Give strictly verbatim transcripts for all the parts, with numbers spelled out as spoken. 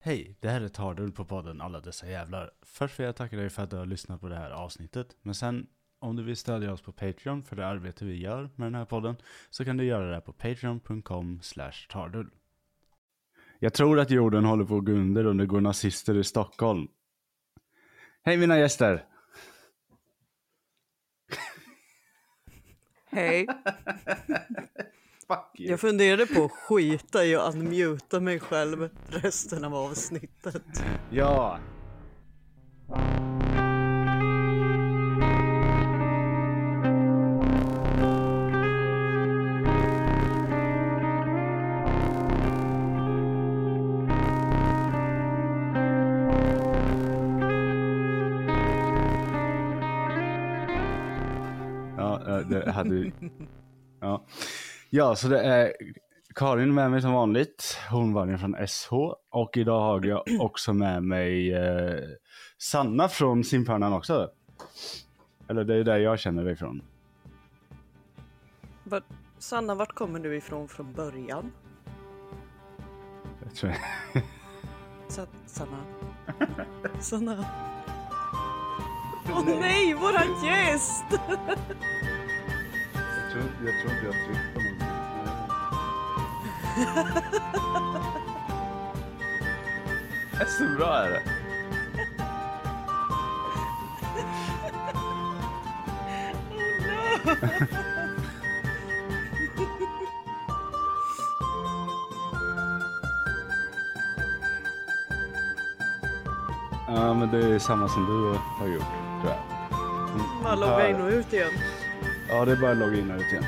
Hej, det här är Tardul på podden Alla dessa jävlar. Först vill jag tacka dig för att du har lyssnat på det här avsnittet. Men sen, om du vill stödja oss på Patreon för det arbete vi gör med den här podden, så kan du göra det på patreon dot com slash tardul. Jag tror att jorden håller på att gå under och det går nazister i Stockholm. Hej mina gäster! Hej. Jag funderade på att skita i att unmuta mig själv resten av avsnittet. Ja! Ja, det hade... Ja. Ja, så det är Karin med mig som vanligt. Hon var från S H. Och idag har jag också med mig eh, Sanna från Simpörnan också. Eller det är där jag känner dig från. But, Sanna, vart kommer du ifrån från början? Jag tror jag. Så, Sanna. Sanna. Åh oh, nej, våran gäst! Jag tror, jag tror inte jag tryckte på någonting. Det är så bra är det. Oh no! Ja, men det är samma som du har gjort, tror jag. Mm. Man loggar in och ut igen. Ja, det är bara att logga in och ut igen.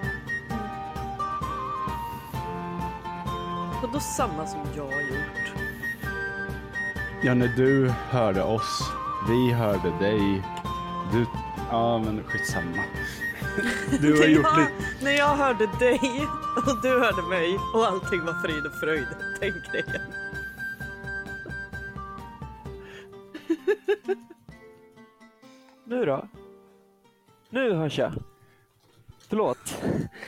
Och då samma som jag har gjort. Ja, när du hörde oss, vi hörde dig. Du, ja men skitsamma. Du har gjort jag, lite... När jag hörde dig och du hörde mig och allting var frid och fröjd. Tänk dig igen. Nu då? Nu hörs jag. Förlåt.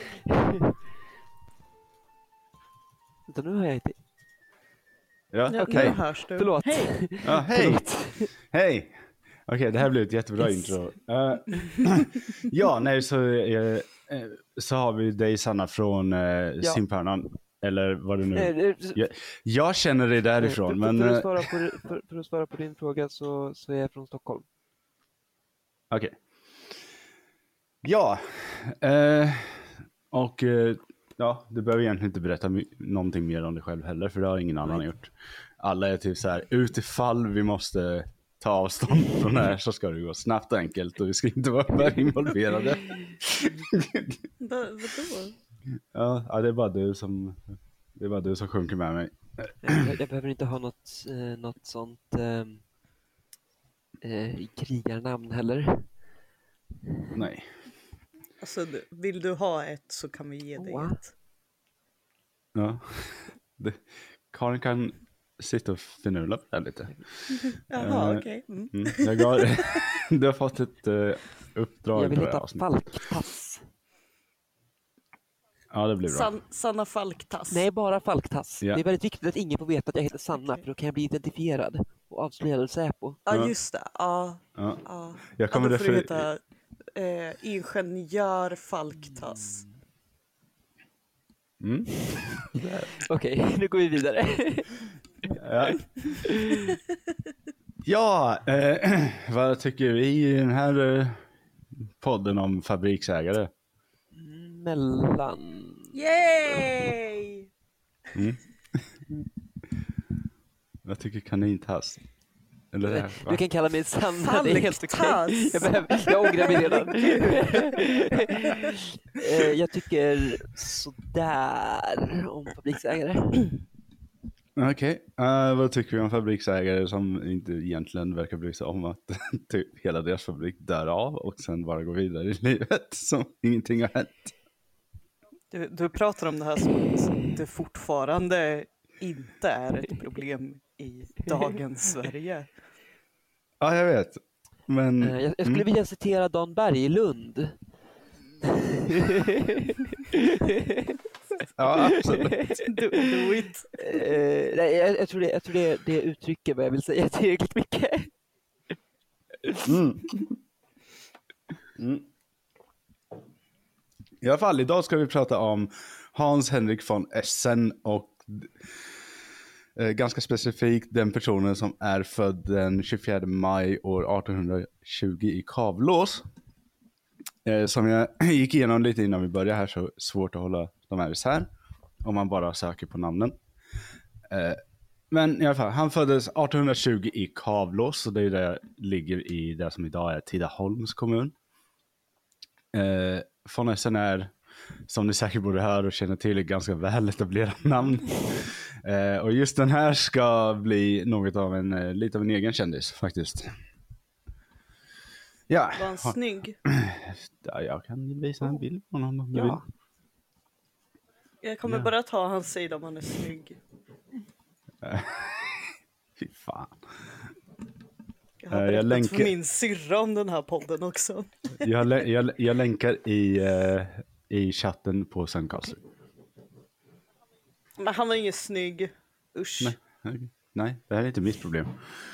Vänta, nu hör jag inte. Ja, Ja, okej. nu hörs du. Förlåt. Hej. Ja, hej. Förlåt. Hej. Okej, okay, det här blir ett jättebra Yes. intro. Uh, ja, nej, så, uh, så har vi dig, Sanna, från uh, Ja. Simpörnan. Eller vad det nu Eh, eh, jag, jag känner dig därifrån, för, men... för, Uh, att svara på, för, för att svara på din fråga så, så är jag från Stockholm. Okej. Okay. Ja. Uh, och uh, ja, du behöver egentligen inte berätta my- någonting mer om dig själv heller, för det har ingen annan gjort. Alla är typ så här, utifall vi måste ta avstånd från det här så ska det gå snabbt och enkelt och vi ska inte vara väl involverade. Va, vadå? Ja, ja, det är bara du som det är bara du som sjunker med mig. Jag, jag behöver inte ha något, eh, något sånt eh, eh, krigarnamn heller. Nej. Alltså, vill du ha ett så kan vi ge dig Wow. ett. Ja. Det, Karin kan sitta och finurla på det här lite. Jaha, Eh, okej. Okay. Mm. Mm, jag gav, du har fått ett uh, uppdrag. Jag vill på det här heta avsnittet. Falktass. Ja, det blir bra. San, Sanna Falktass. Nej, bara Falktass. Ja. Det är väldigt viktigt att ingen får veta att jag heter Sanna, Okej. för då kan jag bli identifierad och avslöjad av Säpo. Ja, just det. Ja, Ja. ja. Jag kommer ja, då får du därför... heta eh, Ingenjör Falktass. Mm. Okej, nu går vi vidare. Ja, ja eh, vad tycker vi i den här eh, podden om fabriksägare? Mellan... Yay! Mm. Vad tycker kanintass? Eller det här, va? Du kan kalla mig Sanna, det är helt okej. Falktass. Jag, behöver, jag ångrar mig redan. Eh, jag tycker sådär om fabriksägare. Okej, okay. uh, vad tycker vi om fabriksägare som inte egentligen verkar bry sig om att typ hela deras fabrik dör av och sen bara går vidare i livet som ingenting har hänt? Du, du pratar om det här som att det fortfarande inte är ett problem i dagens Sverige. Ja, jag vet. Men, Eh, jag, jag skulle mm. vilja citera Dan Berglund. Ja, absolut. Do, do it. Eh, nej, jag, jag tror, det, jag tror det, det uttrycker vad jag vill säga tillräckligt mycket. Mm. Mm. I alla fall, idag ska vi prata om Hans Henrik von Essen och eh, ganska specifikt den personen som är född den tjugofjärde maj år artonhundratjugo i Kavlås. Eh, som jag gick igenom lite innan vi började här, så svårt att hålla de här isär om man bara söker på namnen. Eh, men i alla fall, han föddes artonhundratjugo i Kavlås, och det är det ligger i det som idag är Tidaholms kommun. Eh, von Essen är, som ni säkert borde höra och känna till, ett ganska väl etablerat namn. Eh, och just den här ska bli något av en, eh, lite av en egen kändis faktiskt. Ja. Var han snygg? Ja, jag kan visa en bild på honom om du Ja. vill. Jag kommer Ja. bara ta hans sida om han är snygg. Fy fan. Jag har Eh, berättat jag länkar- för min syrra om den här podden också. Jag, lä- jag, jag länkar i, eh, i chatten på Sandcastle. Men han var ingen snygg. Usch. Nej. Okej. Nej, det här är inte mitt problem.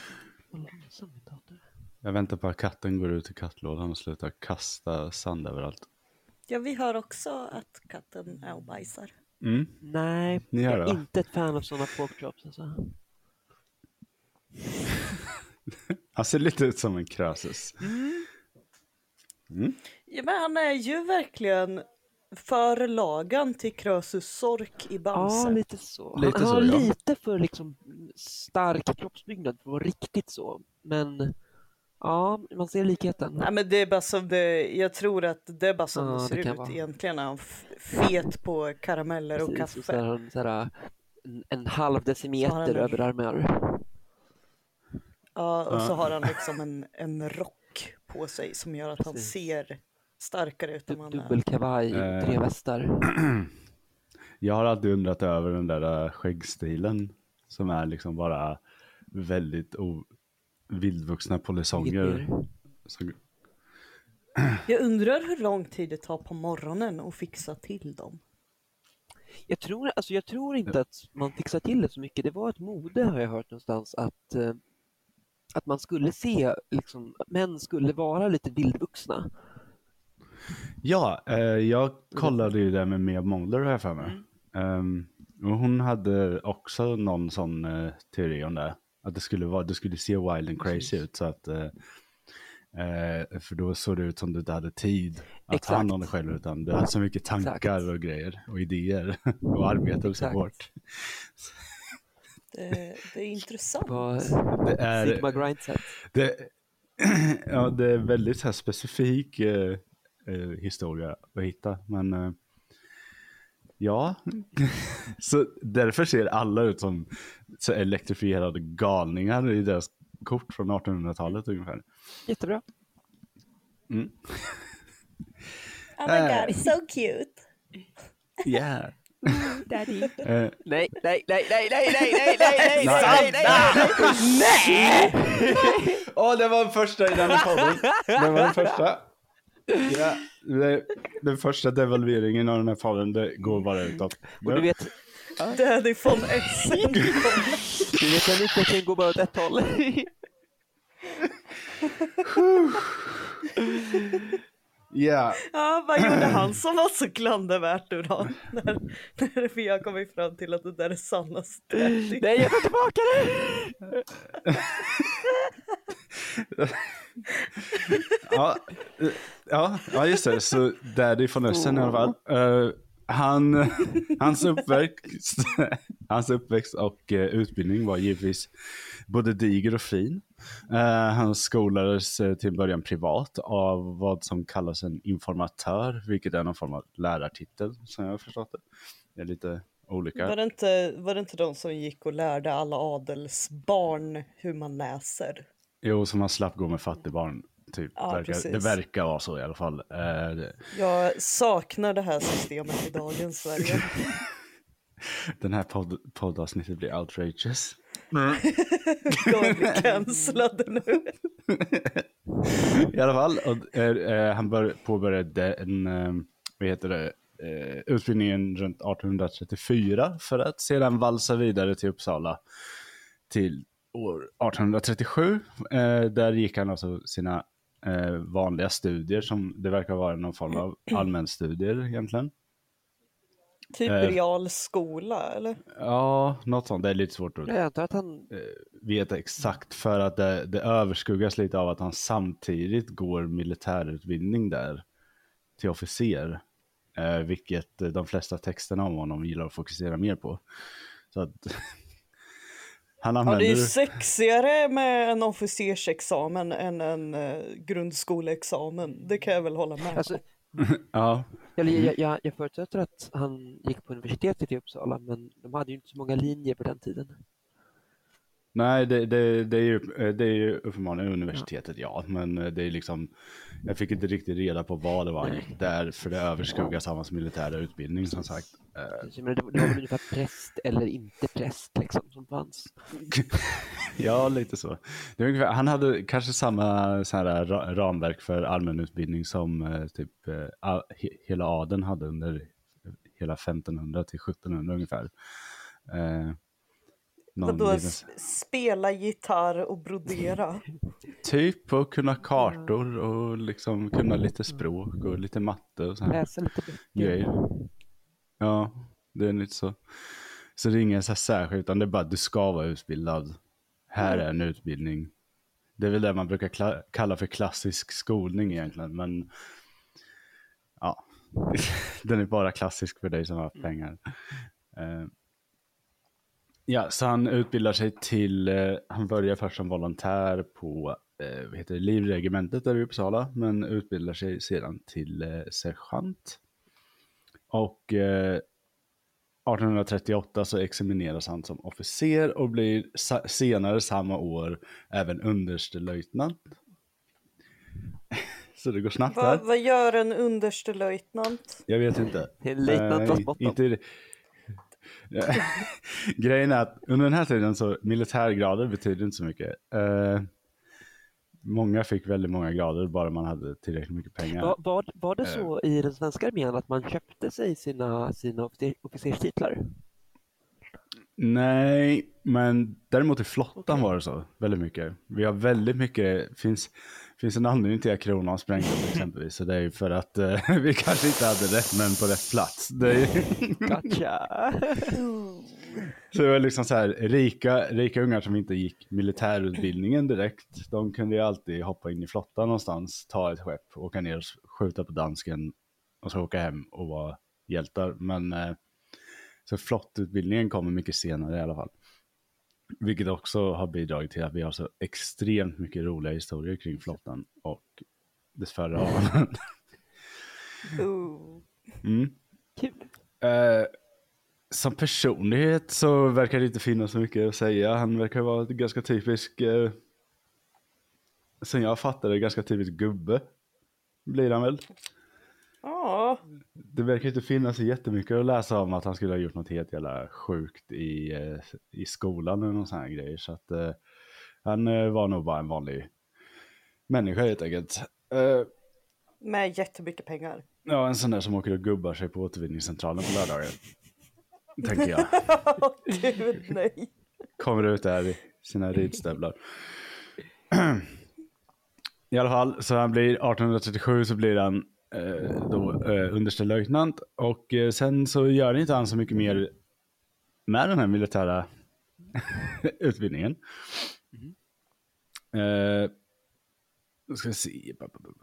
Jag väntar på att katten går ut i kattlådan och slutar kasta sand överallt. Ja, vi hör också att katten är och bajsar. Mm. Nej, Ni jag hör är det, va? inte ett fan av sådana pork chops. Alltså. Han ser lite ut som en krösus. Mm. Ja, men han är ju verkligen förlagan till Krösus Sork i Bamse. Ja, lite så. Lite han så, har ja. lite för liksom stark kroppsbyggnad för att vara riktigt så. Men ja, man ser likheten. Nej, men det är bara som det, jag tror att det är bara som Ja, det det ser kan ut. vara. Egentligen är han f- fet på karameller och Precis, och så kaffe. har han så här, en, en halv Så har decimeter han en- över armar. Ja, och så Ja. har han liksom en, en rock på sig som gör att han Precis. ser starkare ut än Du, han är. dubbelkavaj, Eh. tre västar. Jag har alltid undrat över den där äh, skäggstilen som är liksom bara väldigt o- vildvuxna Inget polisonger. mer. Så, Jag undrar hur lång tid det tar på morgonen att fixa till dem. Jag tror, alltså jag tror inte att man fixar till det så mycket. Det var ett mode, har jag hört någonstans, att, eh, att man skulle se, liksom, män skulle vara lite vildvuxna. ja, eh, jag kollade ju det med Mia Mulder här för mig. Ehm, och hon hade också någon sån eh, teori om det. Att det skulle, vara, det skulle se wild and crazy Precis. ut. Så att, eh, eh, för då såg det ut som du inte hade tid att Exakt. ta hand om dig själv. Utan du hade så mycket tankar Exakt. och grejer och idéer. Och arbetade så Exakt. hårt. Det, det är intressant. Vad Det är, Sigma grindset. det, ja, det är väldigt så här specifik eh, eh, historia att hitta. Men eh, ja, så därför ser alla ut som så elektrifierade galningar i deras kort från artonhundratalet ungefär. Jättebra. Mm. Oh my Eh. god, so cute. Yeah. Daddy. Eh, Nej, nej, nej, nej, nej, nej, nej, nej, nej, Nej. nej, nej. Åh, det var den första i den här podden. Det var den första. Ja, det, den första devalveringen av den här podden, det går bara utåt. Och du vet, Daddy von Essen. du vet den utvecklingen går bara åt ett håll. Ja, Ja, vad gjorde han som var så klandervärt nu då? När, när vi har kommit fram till att det där är sannast. Nej, jag tar tillbaka det! ja, eh, ja, ja, just det. Så Daddy von Essen i alla fall. Eh, han, hans, uppväxt, hans uppväxt och uh, utbildning var givetvis både diger och fin. Uh, han skolades uh, till början privat av vad som kallas en informatör, vilket är någon form av lärartitel som jag har förstått det. Det är lite olika. Var det, inte, var det inte de som gick och lärde alla adelsbarn hur man läser? Jo, som man slapp gå med fattigbarn. Typ. Ja, verkar, precis. det verkar vara så i alla fall. Uh, det, Jag saknar det här systemet i dagens Sverige. den här podd, poddavsnittet blir outrageous. Jag blir cancellad nu. I alla fall, och, eh, eh, han bör, påbörjade en, eh, vad heter det, eh, utbildningen runt arton trettiofyra för att sedan valsa vidare till Uppsala till år arton trettiosju. Eh, där gick han alltså sina eh, vanliga studier som det verkar vara någon form av allmänstudier egentligen. Typ Eh, realskola, eller? Ja, något sånt. Det är lite svårt att Jag antar att han... eh, veta exakt för att det, det överskuggas lite av att han samtidigt går militärutbildning där till officer. Eh, vilket de flesta texterna om honom gillar att fokusera mer på. Så att han Ja, använder... det är sexigare med en officersexamen än en uh, grundskoleexamen. Det kan jag väl hålla med Alltså, om. Ja. Eller jag, jag, jag förutsätter att han gick på universitetet i Uppsala, men de hade ju inte så många linjer på den tiden. Nej, det, det, det är ju, det är ju uppenbarligen universitetet, ja. Men det är liksom, jag fick inte riktigt reda på vad det var han gick där, för det överskuggas av hans militära utbildning, som sagt. Det var väl ungefär präst eller inte präst liksom, som fanns. Ja, lite så. Det är ungefär, han hade kanske samma så här ra- ramverk för allmänutbildning som eh, typ eh, all, he, hela adeln hade under hela femtonhundra till sjuttonhundra ungefär. Eh, någon Vadå, liten, s- spela gitarr och brodera? typ och kunna kartor och liksom kunna lite språk och lite matte och så här Läsa lite böcker. grejer. Ja, det är lite så. Så det är ingen så här särskilt, utan det är bara att du ska vara utbildad. Här är en utbildning. Det är väl det man brukar kla- kalla för klassisk skolning egentligen. Men ja, den är bara klassisk för dig som har pengar. Uh, ja, så han utbildar sig till, uh, han börjar först som volontär på uh, vad heter det, Livregementet där i Uppsala. Men utbildar sig sedan till uh, sergeant. Och uh, arton trettioåtta så examineras han som officer och blir sa- senare samma år även understelöjtnant. Så det går snabbt Va, där. vad gör en understelöjtnant? Jag vet inte. Det är en löjtnant Eh, fast bortom. inte... Grejen är att under den här tiden så militärgrader betyder inte så mycket. Eh, många fick väldigt många grader bara man hade tillräckligt mycket pengar. Var, var, var det så i den svenska armén att man köpte sig sina, sina officer, officerstitlar? Nej, men däremot i flottan Okej. var det så väldigt mycket. Vi har väldigt mycket, finns, finns en anledning till att kronan sprängdes exempelvis. Så det är ju för att eh, vi kanske inte hade rätt män på rätt plats. Det är, Gotcha! så det var liksom så här, rika, rika ungar som inte gick militärutbildningen direkt. De kunde ju alltid hoppa in i flottan någonstans, ta ett skepp, åka ner och skjuta på dansken och så åka hem och vara hjältar. Men eh, så flottutbildningen kommer mycket senare i alla fall. Vilket också har bidragit till att vi har så extremt mycket roliga historier kring flottan och dess förehavanden. Ooh. Mm. Kul. Eh, som personlighet så verkar det inte finnas så mycket att säga. Han verkar vara ganska typisk, eh, sen jag fattade, ganska typisk gubbe. Blir han väl? Ja, Det verkar inte finnas så jättemycket att läsa om att han skulle ha gjort något helt jävla sjukt i, eh, i skolan eller någon sån här grejer. Så att eh, han eh, var nog bara en vanlig människa helt enkelt. Eh, med jättemycket pengar. ja, en sån där som åker och gubbar sig på återvinningscentralen på lördagar. Tänker jag. Gud, nej. Kommer ut där i sina ridstövlar. I alla fall, så han blir arton trettiosju så blir han eh, då eh, understelöjtnant. Och eh, sen så gör inte han så mycket mer med den här militära utbildningen. Mhm. Eh, då ska vi se.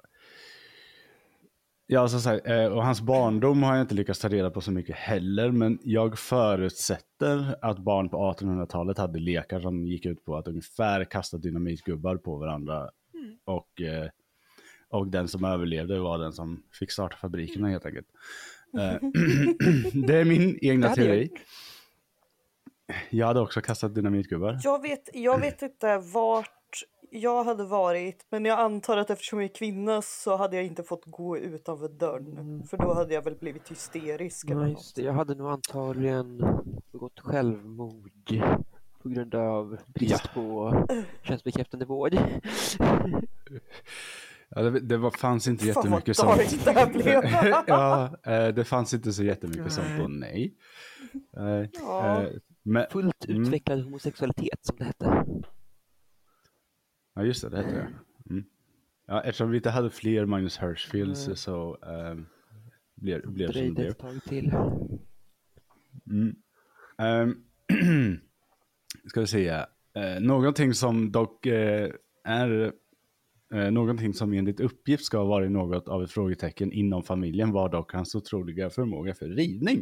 Ja, som sagt, eh, och hans barndom har jag inte lyckats ta reda på så mycket heller, men jag förutsätter att barn på artonhundratalet hade lekar som gick ut på att ungefär kasta dynamitgubbar på varandra. Mm. Och, eh, och den som överlevde var den som fick starta fabrikerna helt enkelt. Eh, det är min egna Det hade jag teori. Jag hade också kastat dynamitgubbar. Jag vet, jag vet inte vart jag hade varit, men jag antar att eftersom jag är kvinna så hade jag inte fått gå utanför dörren. För då hade jag väl blivit hysterisk eller Ja, något. just det. Jag hade nog antagligen begått självmord på grund av brist på könsbekräftande vård. Ja, det, det var, fanns inte Fan, jättemycket vad dark sånt. det här blev. Ja, eh, det fanns inte så jättemycket Nej. sånt då, nej. Eh, Ja. eh, men, Fullt Mm. utvecklad homosexualitet som det hette. ja, just det, det hette det. Mm. Ja, eftersom vi inte hade fler Magnus Hirschfields Nej. så eh, blev, blev det som det Dröjde blev. ett tag till. Mm. Um, ska vi säga, uh, någonting som dock uh, är uh, någonting som enligt uppgift ska ha varit något av ett frågetecken inom familjen var dock hans otroliga förmåga för ridning.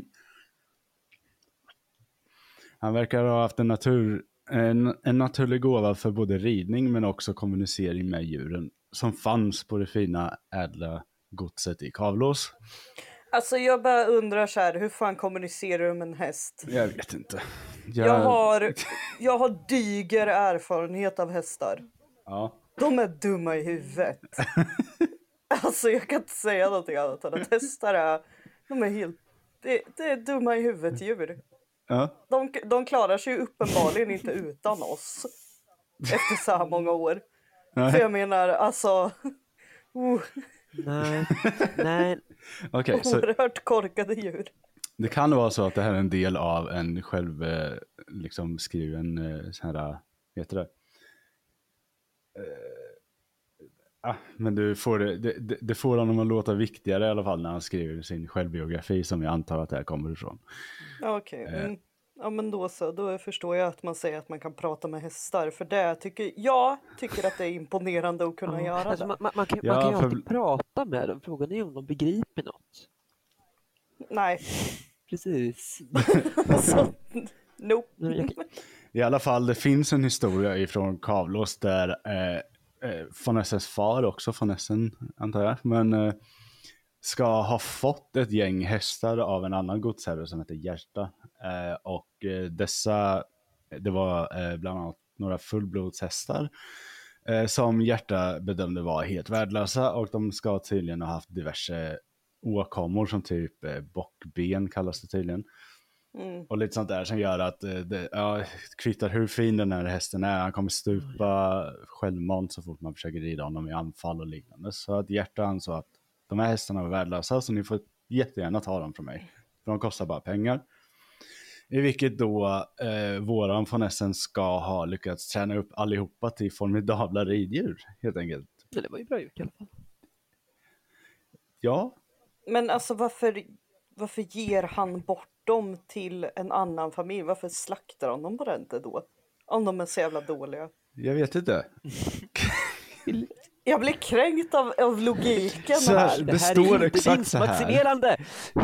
Han verkar ha haft en, natur, en, en naturlig gåva för både ridning men också kommunicering med djuren som fanns på det fina ädla godset i Kavlås. Alltså jag bara undrar så här, hur fan kommunicerar du med en häst? Jag vet inte. Jag, Jag har, jag har diger erfarenhet av hästar. Ja. De är dumma i huvudet. Alltså jag kan inte säga någonting annat än att hästar är, de är helt, det, det är dumma i huvudet djur. Ja. De, de klarar sig ju uppenbarligen inte utan oss. Efter så här många år. Nej. För jag menar, alltså... Oh, Nej, nej. Okej, så oerhört korkade djur. det kan vara så att det här är en del av en själv eh, liksom skriven eh, så här, vad heter det? Eh, ah, men du får det, det, det- det får honom att låta viktigare i alla fall när han skriver sin självbiografi som jag antar att det här kommer ifrån. Ja, okej. Mm. Ja, men då så. Då förstår jag att man säger att man kan prata med hästar. För det tycker jag tycker att det är imponerande att kunna Ja, göra alltså, det. man, man, man kan, Ja, man kan ju för- alltid prata med dem. Frågan är om de begriper något. Nej. Precis. Alltså, nope. Nej, jag kan- I alla fall, det finns en historia ifrån Kavlås där eh, eh, von Essens far, också von Essen antar jag, men eh, ska ha fått ett gäng hästar av en annan godsherre som heter Hjärta. Eh, och eh, dessa, det var eh, bland annat några fullblodshästar eh, som Hjärta bedömde var helt värdelösa, och de ska tydligen ha haft diverse åkommor som typ eh, bockben kallas det tydligen. Mm. Och lite sånt där som gör att eh, det ja, kvittar hur fin den här hästen är. Han kommer stupa självmant så fort man försöker rida honom i anfall och liknande. Så att Hjärta ansåg att de här hästarna var värdelösa, så ni får jättegärna ta dem från mig. För de kostar bara pengar. I vilket då eh, våran von Essen ska ha lyckats träna upp allihopa till formidabla riddjur, helt enkelt. Men det var ju bra gjort i alla fall. Ja, Men alltså varför, varför ger han bort dem till en annan familj? Varför slaktar han dem bara inte då? Om de är så jävla dåliga. jag vet inte. Jag blir kränkt av, av logiken Så här, här. det, Det här står är inte exakt så här. vinstmaximerande!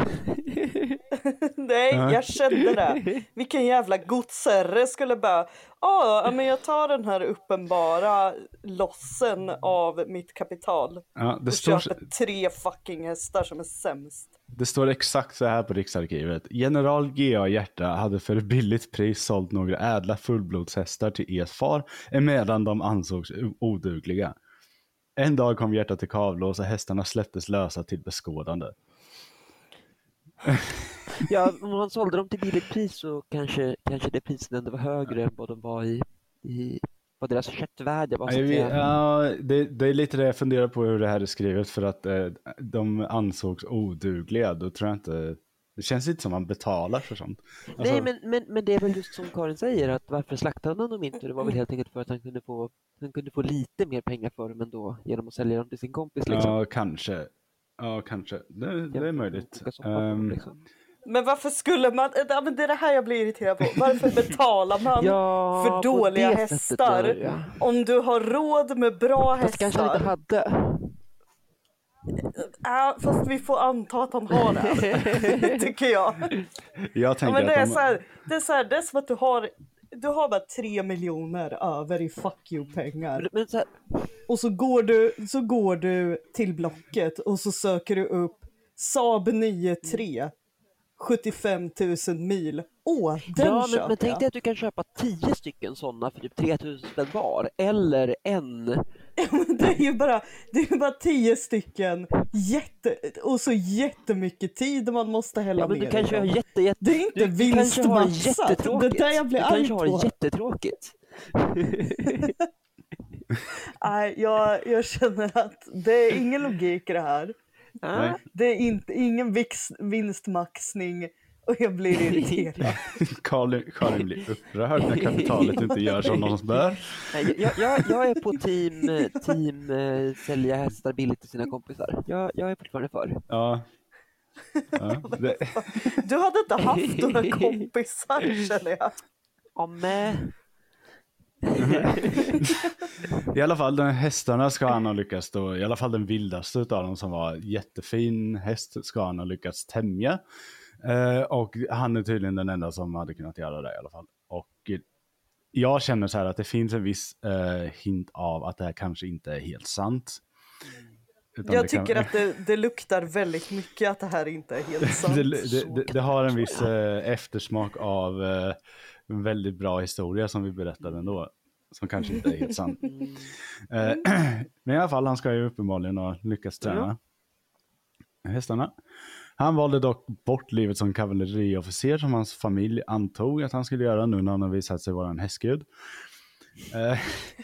Nej, Ja. jag kände det. Vilken jävla godsherre skulle bara, ja, men jag tar den här uppenbara lossen av mitt kapital Ja, det och står, köper tre fucking hästar som är sämst. det står exakt så här på Riksarkivet. General G A Hjärta hade för billigt pris sålt några ädla fullblodshästar till es far, emedan de ansågs o- odugliga. En dag kom Hjärta till Kavlås och hästarna släpptes lösa till beskådande. Ja, om man sålde dem till billigt pris så kanske, kanske det priset ändå var högre än vad de var i, i vad deras köttvärde var. Så Jag att vet, säga. ja, det, det är lite det jag funderar på hur det här är skrivet, för att eh, de ansågs odugliga. Då tror jag inte, det känns inte som man betalar för sånt. Alltså, Nej, men, men, men det är väl just som Karin säger, att varför slaktade han dem inte? Det var väl helt enkelt för att han kunde få, han kunde få lite mer pengar för dem ändå genom att sälja dem till sin kompis. Liksom. Ja, kanske. Ja, kanske. Det, det är möjligt. Koka soppa på dem, Ehm, liksom. Men varför skulle man, ja, men det är det här jag blir irriterad på. Varför betalar man Ja, för på dåliga det sättet, hästar ja, ja. om du har råd med bra Fast kanske han hästar? inte hade. Ja, fast vi får anta att han har det, tycker jag. jag Ja, tänker men det, är att de, så här, det är så här, det är som att du har, du har bara tre miljoner över i fuck you-pengar. Men, men så här, Och så går, du, så går du till Blocket och så söker du upp Saab nio tre sjuttiofem tusen mil. Åh, den ja, köper men, men tänk jag. dig att du kan köpa tio stycken sådana för typ tre tusen spänn var. Eller en. Det är ju bara, det är ju bara tio stycken jätte, och så jättemycket tid man måste hälla Ja, men ner du kanske i har dem. jätte, jätte, Det är inte du, du kanske har det vinstmaxat. jättetråkigt. Det är där jag blir du arg kanske har på. det jättetråkigt. Nej, jag, jag känner att det är ingen logik i det här. Ah. Det är inte, ingen vix, vinstmaxning och jag blir irriterad. Karin, Karin blir upprörd när kapitalet inte gör som de bör. Nej, jag, jag, jag är på team, team eh, sälja hästar billigt till sina kompisar. Jag, jag är fortfarande för. Ja. Ja, det... Du hade inte haft några kompisar, känner jag. Ja, men... I alla fall de hästarna ska han ha lyckats då, i alla fall den vildaste av dem som var jättefin häst ska han ha lyckats tämja. Eh, och han är tydligen den enda som hade kunnat göra det i alla fall. Och eh, jag känner så här att det finns en viss eh, hint av att det här kanske inte är helt sant. Utan Jag det kan... tycker att det, det luktar väldigt mycket att det här inte är helt sant. det, det, det, det har en viss eh, eftersmak av eh, en väldigt bra historia som vi berättade ändå. Som kanske inte är helt sant. Eh, men i alla fall, han ska ju uppenbarligen ha lyckats träna ja. hästarna. Han valde dock bort livet som kavalleriofficer som hans familj antog att han skulle göra nu när han har visat sig vara en hästgud. Eh,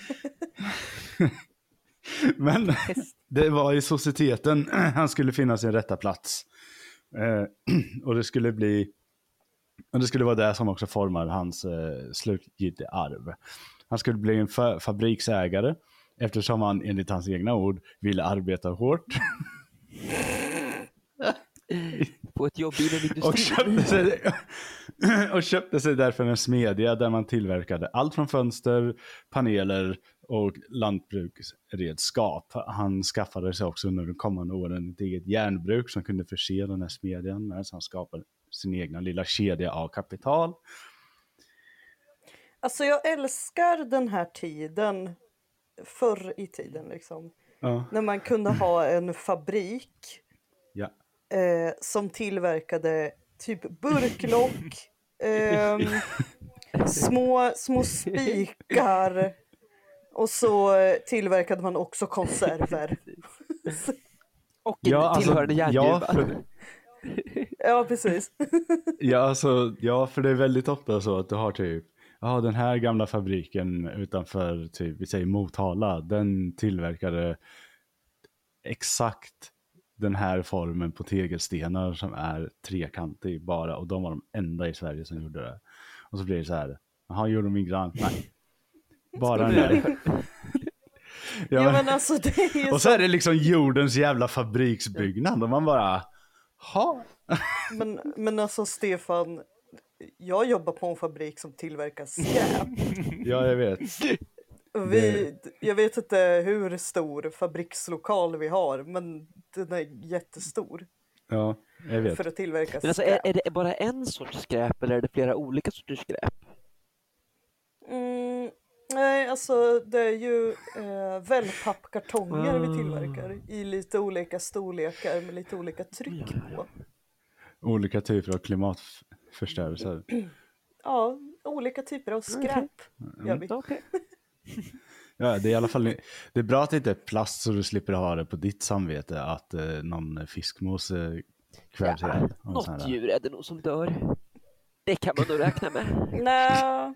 men det var i societeten han skulle finna sin rätta plats. Eh, och det skulle bli och det skulle vara det som också formar hans eh, slutgiltiga arv. Han skulle bli en fa- fabriksägare eftersom han enligt hans egna ord ville arbeta hårt. På ett jobb i den och, köpte sig, och köpte sig därför en smedja där man tillverkade allt från fönster, paneler och lantbruksredskap. Han skaffade sig också under de kommande åren ett eget järnbruk som kunde förse den här smedjan med, så han skapade sin egna lilla kedja av kapital. Alltså jag älskar den här tiden, förr i tiden liksom. Ja. När man kunde ha en fabrik Ja. eh, som tillverkade typ burklock, eh, små, små spikar och så tillverkade man också konserver. Och en Ja, alltså, tillhörande järngruva. ja, för, Ja, precis. ja, alltså, ja, för det är väldigt ofta så att du har typ ja, den här gamla fabriken utanför typ, vi säger Motala, den tillverkade exakt den här formen på tegelstenar som är trekantig bara, och de var de enda i Sverige som gjorde det. Och så blir det så här, jaha, gjorde de min grann? Nej. Bara den där. Ja, Ja, men alltså, det är ju och så är det liksom jordens jävla fabriksbyggnad och man bara, ha. Men, men alltså Stefan, jag jobbar på en fabrik som tillverkar skräp. Ja, jag vet. Vi, jag vet inte hur stor fabrikslokal vi har, men den är jättestor. Ja, jag vet. För att tillverka Men alltså, skräp. är, är det bara en sorts skräp eller är det flera olika sorters skräp? Mm, nej, alltså det är ju eh, wellpappkartonger Ah. vi tillverkar i lite olika storlekar med lite olika tryck på. Olika typer av klimatförstörelse. Ja, olika typer av skräp gör vi. Okej. Ja, det är i alla fall det är bra att det inte är plast så du slipper ha det på ditt samvete att eh, någon fiskmås eh, kvävs Ja, ihjäl. något djur är det nog som dör. Det kan man nog räkna med. Nej,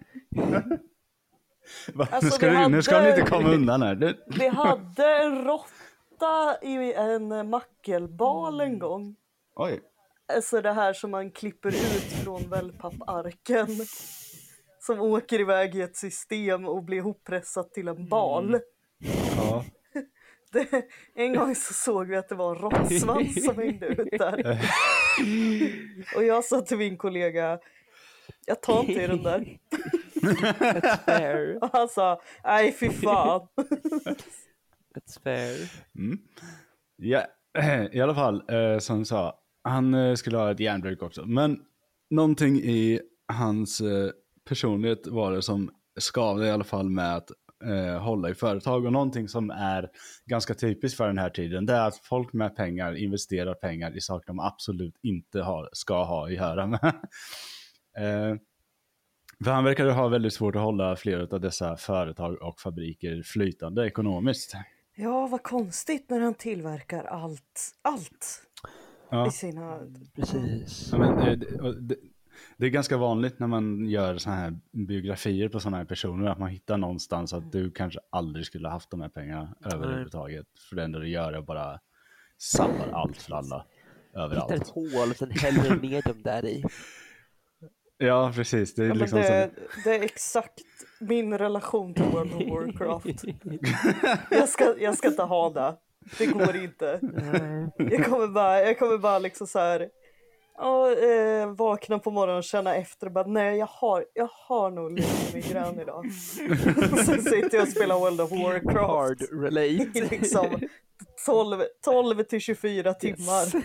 Va? Alltså, nu, ska vi du, hade- nu ska ni inte komma undan här. Du... vi hade en råtta i en mackelbal en gång. Oj. Alltså det här som man klipper ut från wellpapparken. Som åker iväg i ett system och blir hoppressat till en bal. Ja. Det, en gång så såg vi att det var en råttsvans som hängde ut där. Och jag sa till min kollega, jag tar inte i den där. That's fair. Och han sa, nej fy fan. That's fair. Mm. Ja, i alla fall eh, som sa, han eh, skulle ha ett järnbruk också. Men någonting i hans eh, personlighet var det som skavde i alla fall med att eh, hålla i företag. Och någonting som är ganska typiskt för den här tiden, det är att folk med pengar investerar pengar i saker de absolut inte har, ska ha i höra med. eh, för han verkade ha väldigt svårt att hålla flera av dessa företag och fabriker flytande ekonomiskt. Ja, vad konstigt när han tillverkar allt, allt Ja. i sina... Precis. Ja, men, eh, det, och det, det är ganska vanligt när man gör såna här biografier på såna här personer att man hittar någonstans att du kanske aldrig skulle ha haft de här pengarna överhuvudtaget. För det enda du gör är bara sabbar allt för alla. Överallt. Hittar ett hål och sen häller ner dem där i. Ja, precis. Det är, Ja, liksom det, är, så... det är exakt min relation till World of Warcraft. jag, ska, jag ska inte ha det. Det går inte. Jag kommer bara, jag kommer bara liksom så här... Ja, eh, vakna på morgonen och känna efter och bara, nej jag har, jag har nog lite migrän idag. Sen sitter jag och spelar World of Warcraft. Hard relate. liksom tolv till tjugofyra timmar.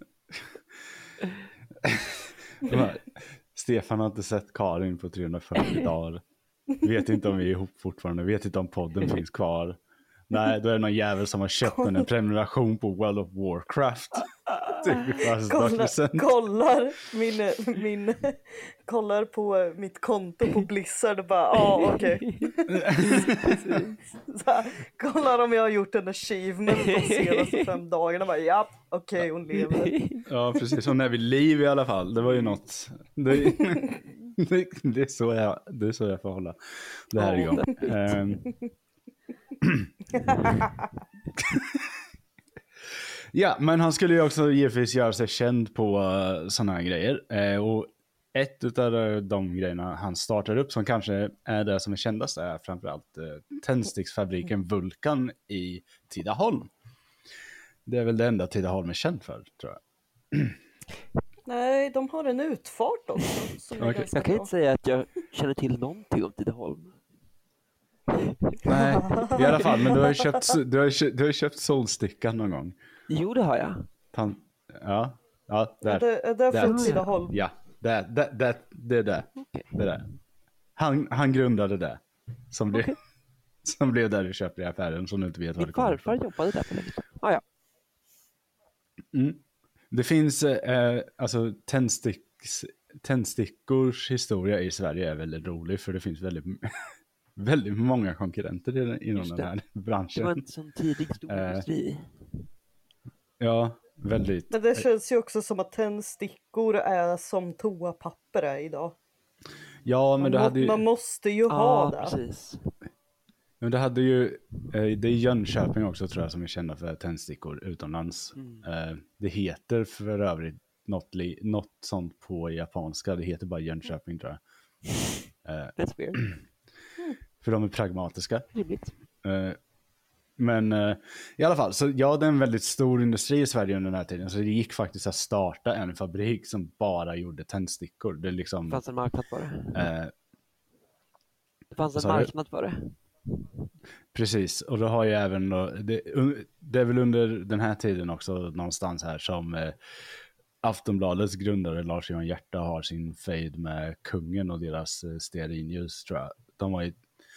Yes. Stefan har inte sett Karin på trehundrafyrtio dagar. Vet inte om vi är ihop fortfarande. Vet inte om podden finns kvar. Nej, då är det någon jävel som har köpt en, en prenumeration på World of Warcraft. Kollar, kollar, min, min, kollar på mitt konto på Blizzard och bara, ja ah, okej. Okay. Kollar om jag har gjort en achievement de senaste fem dagarna. Bara, ja, okej, okay, hon lever. Ja, precis. Hon är vid liv i alla fall. Det var ju något. Det, det, det, är, så jag, det är så jag får hålla det här igång. Um, ja, men han skulle ju också givetvis göra sig känd på uh, sådana här grejer. Uh, och ett av de grejerna han startar upp som kanske är det som är kändast är framförallt uh, tändsticksfabriken Vulkan i Tidaholm. Det är väl det enda Tidaholm är känd för, tror jag. Nej, de har en utfart också. Som är okay. Jag kan inte säga att jag känner till någonting om Tidaholm. Nej, i alla fall, men du har ju köpt, du har ju köpt, du har ju köpt solstickan någon gång. Jo, det har jag. Tan- ja, ja, där. Är det, är det från Tidaholm? Ja, det, det, det, det är det. Okay. Det är det. Han, han grundade det. Som, Okay. blev, som blev där du köpte i affären som du inte vet vad Min det kommer farfar jobbade där på länge. Ah, ja. Mm. Det finns eh, alltså tändsticks, tändstickors historia i Sverige är väldigt rolig för det finns väldigt väldigt många konkurrenter inom den här branschen. Det var en sån tidig stor eh, industri. Ja, väldigt. Men det känns ju också som att tändstickor är som toapapper är idag. Ja, men man, det må, hade ju... man måste ju Ja, ha det. Precis. Men det hade ju, eh, det är Jönköping också tror jag som är kända för tändstickor utomlands. Mm. Eh, det heter för övrigt något, li, något sånt på japanska, det heter bara Jönköping tror jag. Eh, That's weird. för de är pragmatiska. Rimligt. Eh, men eh, i alla fall, så ja, det är en väldigt stor industri i Sverige under den här tiden. Så det gick faktiskt att starta en fabrik som bara gjorde tändstickor. Det, liksom, Det fanns en marknad för det. eh, Det fanns en Sorry. marknad för det. Precis, och då har ju även då, det, det är väl under den här tiden också någonstans här som eh, Aftonbladets grundare Lars-Johan Hierta har sin fejd med kungen och deras eh, stearinljus tror jag. De har ju,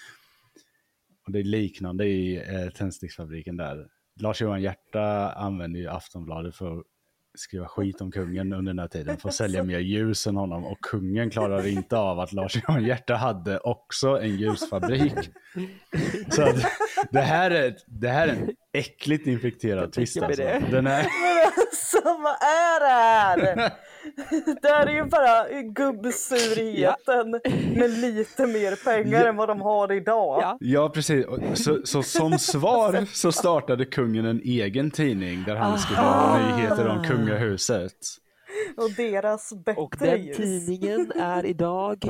och det är liknande i eh, tändsticksfabriken där. Lars-Johan Hierta använder ju Aftonbladet för att skriva skit om kungen under den här tiden för att sälja mer ljus än honom och kungen klarar inte av att Lars-Johan Hierta hade också en ljusfabrik. Så att det här är det här är en äckligt infekterad twist alltså. Den är... Men alltså, vad är det här? Det här är ju bara gubbsurheten ja. Med lite mer pengar ja. Än vad de har idag. Ja, ja precis. Så, så som svar så startade kungen en egen tidning där han skulle ha nyheter om kungahuset. Och deras bättre och den ljus. tidningen är idag...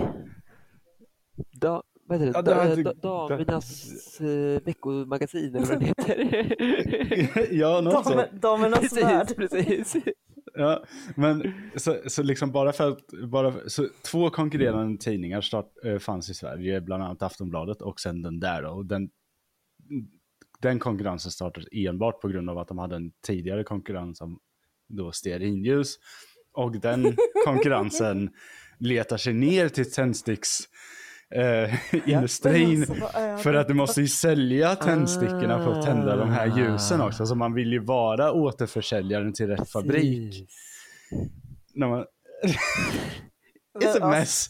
Da... Vad heter det? Ja, det da, inte, da, damernas det... veckomagasin eller vad det heter. Ja, något Dam, damernas värld. Precis. Ja, men så, så liksom bara för att bara så två konkurrerande tidningar start, äh, fanns i Sverige, bland annat Aftonbladet och sen den där då, och den den konkurrensen startades enbart på grund av att de hade en tidigare konkurrens om då stearinljus och den konkurrensen letar sig ner till tändsticks Uh, industrin alltså, för att du måste ju sälja tändstickorna för att tända de här ljusen också, så man vill ju vara återförsäljaren till rätt fabrik. När man... It's a mess.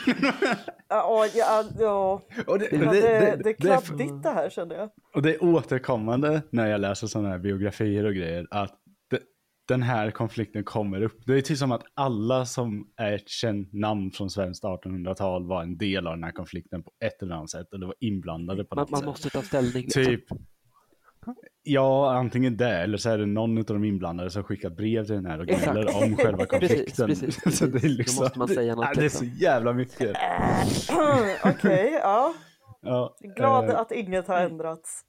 Ja, ja, ja. Och det, det, det, det, det, det är kladdigt det här känner jag. Och det är återkommande när jag läser sådana här biografier och grejer att det, den här konflikten kommer upp. Det är typ som att alla som är ett känt namn från svenskt artonhundratal var en del av den här konflikten på ett eller annat sätt. Eller var inblandade på Man, något man sätt. måste ta ställning. Liksom. Typ. Ja, antingen det eller så är det någon av de inblandade som skickar brev till den här och gnäller om själva konflikten. Precis, precis, Så det är liksom, då måste man säga något. det, det är så jävla mycket. Okej, okay, ja. Ja, Glad eh, att inget har ändrats.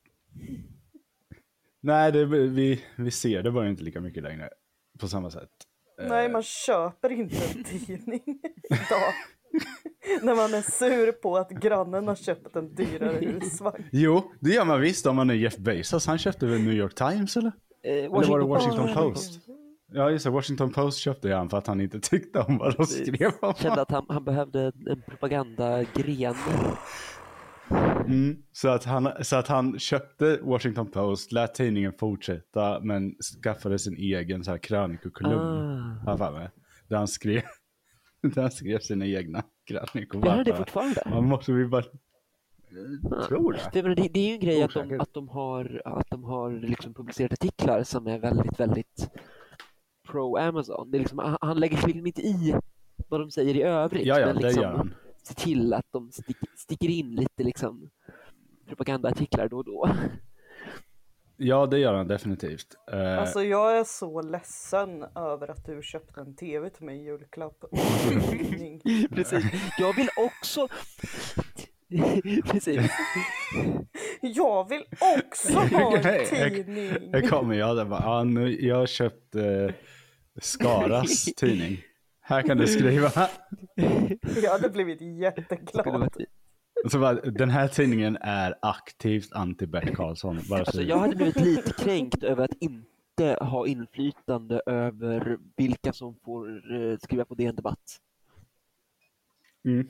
Nej, det, vi, vi ser det bara inte lika mycket längre på samma sätt. Nej, man köper inte en tidning idag. När man är sur på att grannen har köpt en dyrare husvagn. Jo, det gör man visst om man är Jeff Bezos. Han köpte väl New York Times eller? Eh, Eller var det Washington oh, Post? Ja, just det. Washington Post köpte han för att han inte tyckte om vad de skrev om. Kände att han, han behövde en propagandagren. Mm, så, att han, så att han köpte Washington Post, lät tidningen fortsätta men skaffade sin egen så här krönikokolumn. Ah. Här där han skrev där han skrev sina egna krönikor. Gör det fortfarande? Man måste vi bara Ah. tror det. Det, det, det är ju en grej att de, Osäkert. att de har, att de har liksom publicerat artiklar som är väldigt, väldigt pro-Amazon. Det är liksom, han- han lägger sig liksom inte i vad de säger i övrigt. Ja, ja, men det liksom gör han. ser till att de stick, sticker in lite liksom propagandaartiklar då och då. Ja, det gör han definitivt. Eh, Alltså jag är så ledsen över att du köpte en tv till mig i julklapp. Och en tidning. Precis. Jag vill också... Precis. Jag vill också ha en tidning. Jag kommer jag där bara, ah, nu, jag har köpt eh, Skaras tidning. Här kan du skriva. Jag hade blivit Skulle jätteglad. vara fint. Så bara, den här tidningen är aktivt anti-Bert Karlsson. Bara Alltså, så. jag hade blivit lite kränkt över att inte ha inflytande över vilka som får eh, skriva på D N Debatt. Mm.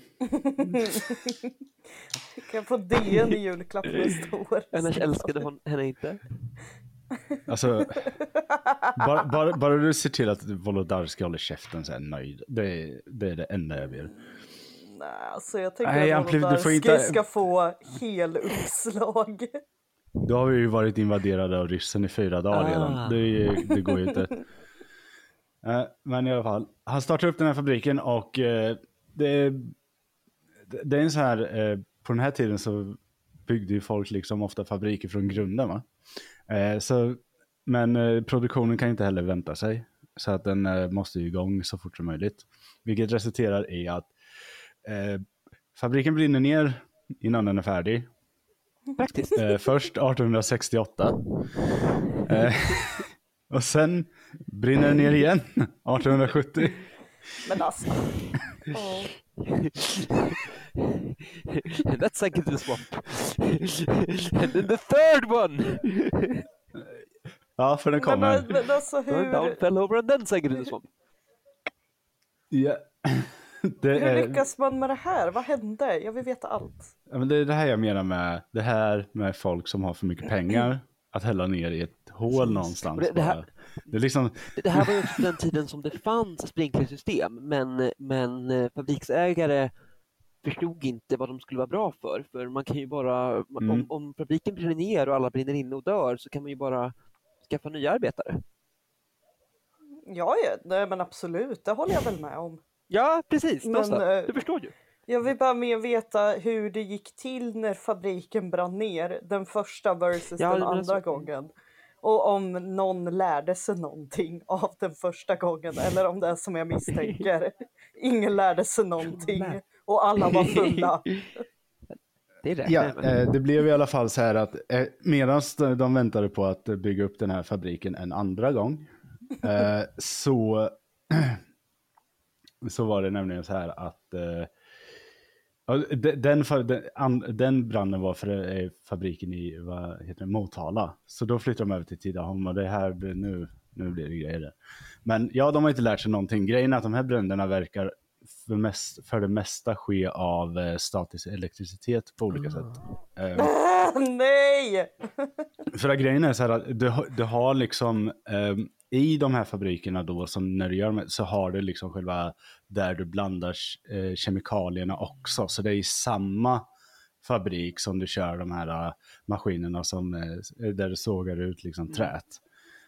Jag kan få D N i julklapp nästa år. Annars älskade hon henne inte. Alltså, bara, bara, bara du ser till att Wolodarski håller käften så är jag nöjd. Det är, det är det enda jag vill. Nej, alltså jag tänker Nej, att Ampli, du får Wolodarski inte- ska få hel uppslag. Då har vi ju varit invaderade av ryssen i fyra dagar Ah. redan. Det, är ju- det går ju inte. Eh, Men i alla fall, han startar upp den här fabriken och eh, det, är, det är en så här, eh, på den här tiden så byggde ju folk liksom ofta fabriker från grunden, va? Eh, så, men eh, produktionen kan inte heller vänta sig. Så att den eh, måste ju igång så fort som möjligt. Vilket resulterar i att eh, fabriken brinner ner innan den är färdig. Faktiskt. Eh, först arton sextioåtta. Eh, och sen brinner den ner igen arton sjuttio. Men alltså. Ja. And that sank into the swamp. And then the third one! Ja, för den Men, kommer. men alltså Burned down, hur, fell over and then sank into the swamp. Ja. Det hur är, lyckas man med det här? Vad hände? Jag vill veta allt. ja, men det är det här jag menar med det här med folk som har för mycket pengar att hälla ner i ett hål någonstans. Och det- det här- bara. Det är liksom, Det här var ju också den tiden som det fanns sprinklersystem, men, men eh, fabriksägare förstod inte vad de skulle vara bra för. För man kan ju bara, Mm. om, om fabriken brinner ner och alla brinner in och dör, så kan man ju bara skaffa nya arbetare. Ja, ja, nej, men absolut. Det håller jag väl med om. Ja, precis. Men, Men, eh, du förstår ju. Jag vill bara mer veta hur det gick till när fabriken brann ner. Den första versus Ja, den men andra alltså- gången. Och om någon lärde sig någonting av den första gången. Eller om det är som jag misstänker. Ingen lärde sig någonting. Och alla var fulla. Det är rätt. ja, eh, det blev i alla fall så här att eh, medan de väntade på att bygga upp den här fabriken en andra gång eh, så så var det nämligen så här att eh, ja, de- den, fa- den, an, den branden var för eh, fabriken i vad heter det, Motala. Så då flyttade de över till Tidaholm och det här det- nu, nu blir det grejer där. Men ja, de har inte lärt sig någonting. Grejen är att de här bränderna verkar för, mest, för det mesta ske av eh, statisk elektricitet på olika sätt. Eh, Ah, nej! för att grejen är så här att du, har- du har liksom eh, i de här fabrikerna då som när du gör med, så har du liksom själva där du blandar eh, kemikalierna också. Så det är i samma fabrik som du kör de här eh, maskinerna som, eh, där du sågar ut liksom trät.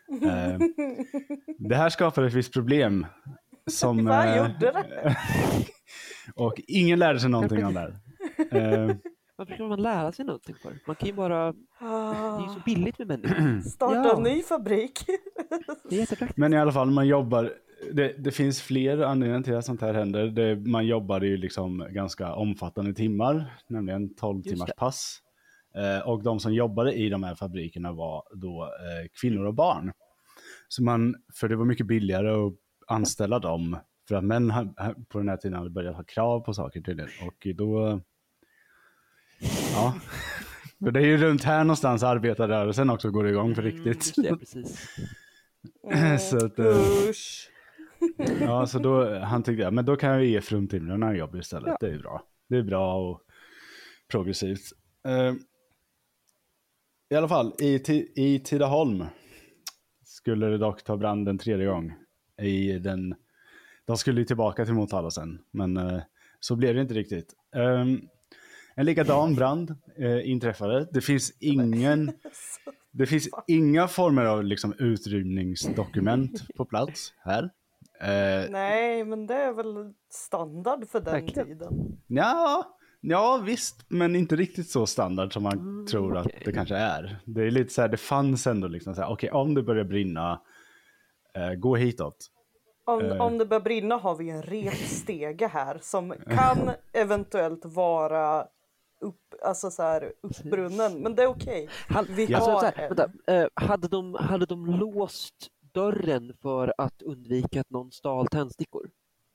Eh, det här skapade ett visst problem. Som, Vad eh, gjorde det? och ingen lärde sig någonting av det här. Eh, Varför ska man lära sig någonting för? Man kan ju bara... Det är ju så Ah, billigt med människor. starta Ja. en ny fabrik. Det är jättepraktiskt. men i alla fall, man jobbar... Det, det finns fler anledningar till att sånt här händer. Det, man jobbar ju liksom ganska omfattande timmar, nämligen tolv Just timmars det. pass. Eh, och de som jobbade i de här fabrikerna var då eh, kvinnor och barn. Så man, för det var mycket billigare att anställa dem. För att män ha- ha- på den här tiden hade börjat ha krav på saker tydligen. Och då... Ja. För det är ju runt här någonstans arbetarrörelsen också går igång för Mm, riktigt. just det, precis. Mm, Så att, eh, usch. Ja, så då han tyckte jag, men då kan jag ge fruntimmerna jobb istället. Ja. Det är bra. Det är bra och progressivt. Eh, I alla fall, i, Ti- i Tidaholm skulle det dock ta brand en tredje gång. I den, de skulle ju tillbaka till Motala sen, men eh, så blev det inte riktigt. Eh, en likadan brand eh, inträffade. Det finns ingen... Det finns inga former av liksom, utrymningsdokument på plats här. Eh, Nej, men det är väl standard för den Verkligen. tiden. ja, ja, visst, men inte riktigt så standard som man Mm, tror okej. att det kanske är. Det är lite så här, det fanns ändå liksom så här, okej, om det börjar brinna, eh, gå hitåt. Om, Eh. om det börjar brinna har vi en repstege här som kan eventuellt vara upp, alltså så här, uppbrunnen. Men det är okej. Hall- Vi alltså, har så här, en. vänta, eh, hade, de, hade de låst dörren för att undvika att någon stal tändstickor?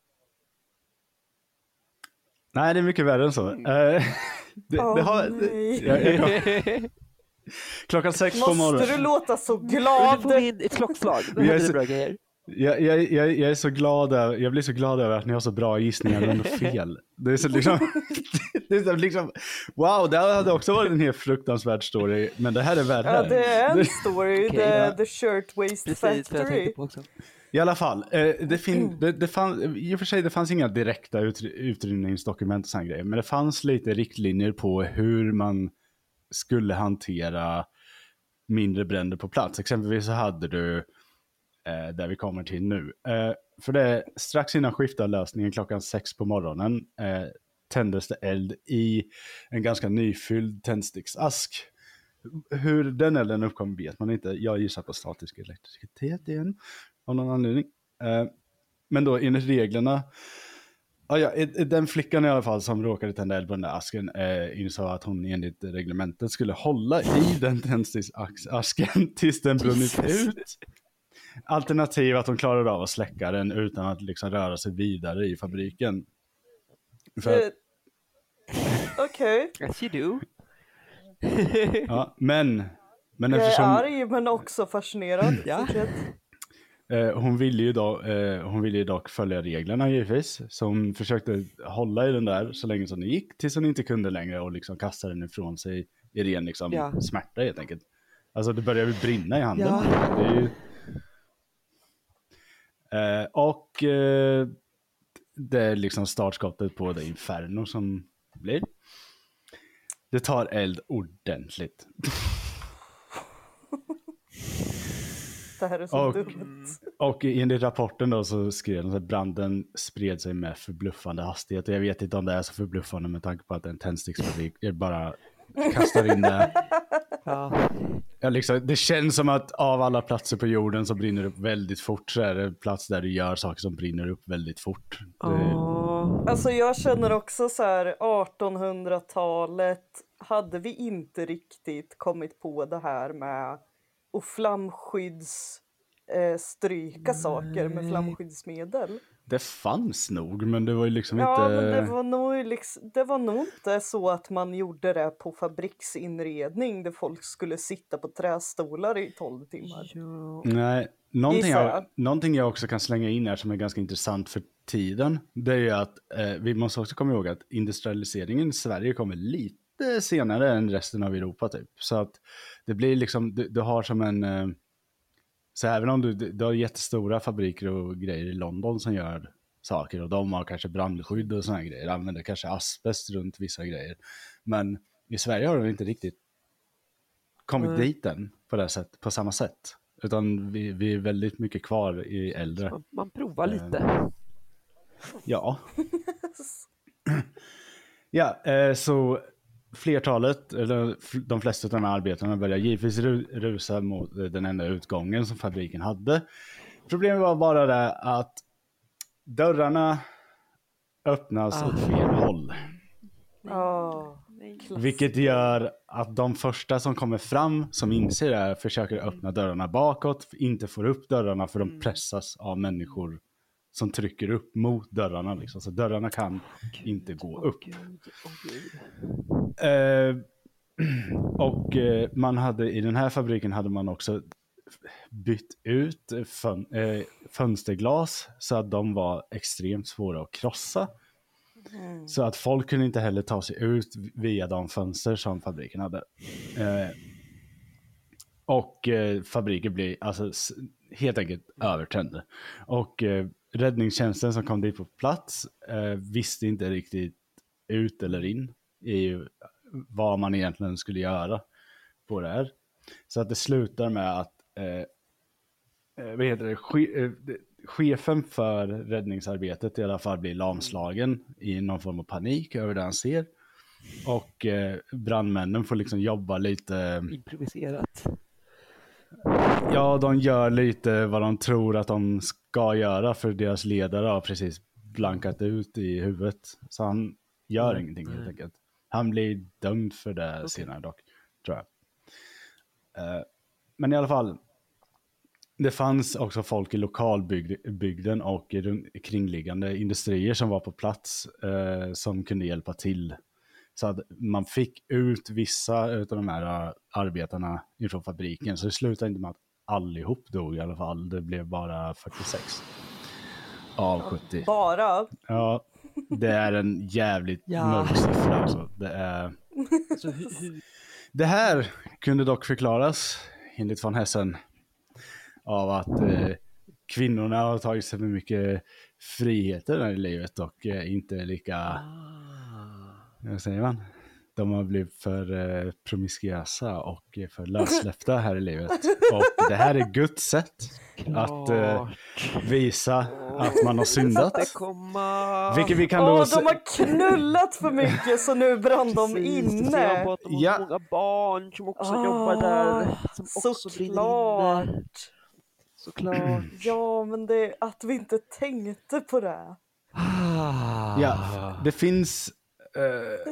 Nej, det är mycket värre än så. Mm. Eh, det, Åh, det har, nej. jag, jag, klockan sex på Måste morgonen. du låta så Nu glad? får vi in ett klockslag. Då Jag är händer det så- bra grejer. Jag, jag, jag, jag är så glad över, jag blir så glad över att ni har så bra gissningar men ändå fel. Det är så liksom, det är så liksom, wow, det hade också varit en helt fruktansvärd story, men det här är värre. Ja, det är en story. Okej, the, ja. the Shirtwaist Precis vad jag Factory. tänkte på också. I alla fall, eh, det, fin, det, det fann, i och för sig det fanns inga direkta ut, utrymningsdokument och såna grejer, men det fanns lite riktlinjer på hur man skulle hantera mindre bränder på plats. Exempelvis så hade du, eh, där vi kommer till nu, eh, för det är strax innan skiftarlösningen klockan sex på morgonen eh, tändes det eld i en ganska nyfylld tändsticksask. Hur den elden uppkom vet man inte. Jag gissar på statisk elektricitet igen. Av någon anledning. Eh, men då enligt reglerna. Ah, ja, i- i den flickan i alla fall som råkade tända eld på den där asken eh, insåg att hon enligt reglementet skulle hålla i den tändsticksasken tills den brunnit ut. Alternativ att hon klarade av att släcka den utan att liksom röra sig vidare i fabriken. För att, Eh, Okej. Yes you do. ja, men, men Jag är eftersom... arg men också fascinerad. Ja. Fortsätt. Eh, hon ville ju då, eh, hon ville ju dock följa reglerna givetvis. Så hon försökte hålla i den där så länge som det gick tills hon inte kunde längre och liksom kasta den ifrån sig i ren liksom, Ja. smärta helt enkelt. Alltså det började ju brinna i handen. Ja. Det är ju... eh, och eh, det är liksom startskottet på det inferno som blir. Det tar eld ordentligt. Det här är så Och- dumt. Och enligt rapporten då så skrev de att branden spred sig med förbluffande hastighet. Och jag vet inte om det är så förbluffande med tanke på att en tändsticksfabrik är bara kastar in det. Ja. Ja, liksom, det känns som att av alla platser på jorden som brinner upp väldigt fort så är det en plats där du gör saker som brinner upp väldigt fort. Det, Åh. Alltså jag känner också så här artonhundratalet hade vi inte riktigt kommit på det här med att flamskydds eh, stryka saker med flamskyddsmedel. det fanns nog, men det var ju liksom Ja, inte... men det var, nog liksom, det var nog inte så att man gjorde det på fabriksinredning där folk skulle sitta på trästolar i tolv timmar. Ja. Nej, någonting Gissar jag, jag. någonting jag också kan slänga in här som är ganska intressant för tiden, det är ju att eh, vi måste också komma ihåg att industrialiseringen i Sverige kommer lite senare än resten av Europa typ. Så att det blir liksom, du, du har som en, eh, så även om du, du har jättestora fabriker och grejer i London som gör saker och de har kanske brandskydd och såna här grejer, använder kanske asbest runt vissa grejer. Men i Sverige har de inte riktigt kommit Mm. dit än på, det sätt, på samma sätt. Utan vi, vi är väldigt mycket kvar i äldre. Man, man provar lite. Ja. Ja, eh, så flertalet, eller de flesta av de här arbetarna börjar givetvis rusa mot den enda utgången som fabriken hade. Problemet var bara det att dörrarna öppnas ah. åt fel håll. Oh, vilket gör att de första som kommer fram, som inser det här, försöker öppna dörrarna bakåt, inte får upp dörrarna för de pressas av människor som trycker upp mot dörrarna. Liksom. Så dörrarna kan oh, inte gå upp. Oh, oh, eh, och eh, man hade, i den här fabriken hade man också bytt ut fön, eh, fönsterglas så att de var extremt svåra att krossa. Mm. Så att folk kunde inte heller ta sig ut via de fönster som fabriken hade. Eh, och eh, fabriken blev alltså helt enkelt övertända. Och eh, räddningstjänsten som kom dit på plats eh, visste inte riktigt ut eller in i vad man egentligen skulle göra på det här. Så att det slutar med att eh, vad heter det? Che- eh, chefen för räddningsarbetet i alla fall blir lamslagen i någon form av panik över det han ser. Och eh, brandmännen får liksom jobba lite improviserat. Ja, de gör lite vad de tror att de ska göra, för deras ledare har precis blankat ut i huvudet. Så han gör mm. ingenting helt enkelt. Han blir dömd för det okay. senare dock, tror jag. Uh, men i alla fall, det fanns också folk i lokalbygden och i kringliggande industrier som var på plats uh, som kunde hjälpa till. Så att man fick ut vissa av de här arbetarna ifrån fabriken. Så det slutade inte med att allihop dog i alla fall. Det blev bara fyrtiosex av sjuttio. Bara? Ja, det är en jävligt ja. mörk siffra. Alltså. Det, är... Så hur, hur... det här kunde dock förklaras, enligt von Hessen, av att eh, kvinnorna har tagit sig med mycket friheter i livet och eh, inte lika... Ah. Vad säger man? De har blivit för eh, promiskuösa och för lössläppta här i livet. Och det här är Guds sätt att eh, visa att man har syndat. Vilket vi kan Åh, då de har knullat för mycket så nu brann de inne. Jag på att de har ja. många barn som också oh, jobbar där. Som också såklart. Brinner. Såklart. Ja, men det att vi inte tänkte på det. Ja, det finns... Uh,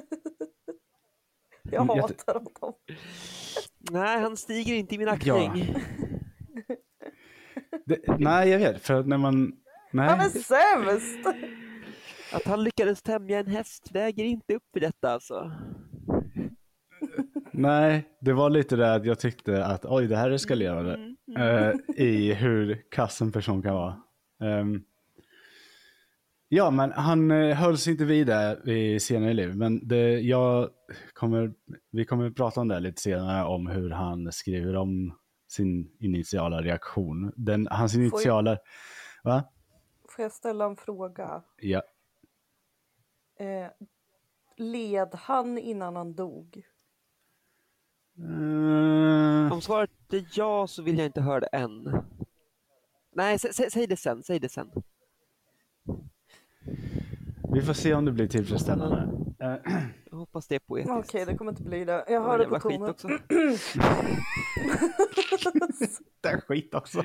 jag hatar honom. Nej, han stiger inte i min aktning. Ja. det, nej, jag vet. För att när man... Nej. Han är sämst. Att han lyckades tämja en häst väger inte upp för detta alltså. Nej, det var lite det att jag tyckte att oj, det här är skalerande. Mm, mm. Uh, I hur kass en person kan vara. Um, Ja, men han eh, hölls inte vid det i senare i livet. Men det, jag kommer, vi kommer att prata om det lite senare, om hur han skriver om sin initiala reaktion. Den, hans initiala... Får jag, va? Får jag ställa en fråga? Ja. Eh, led han innan han dog? Uh... Om svaret är ja så vill jag inte höra det än. Nej, sä, sä, säg det sen, säg det sen. Vi får se om det blir tillfredsställande. Jag hoppas det är poetiskt. Okej, okay, det kommer inte bli det. Jag hör det på tonen. Också. Det är skit också.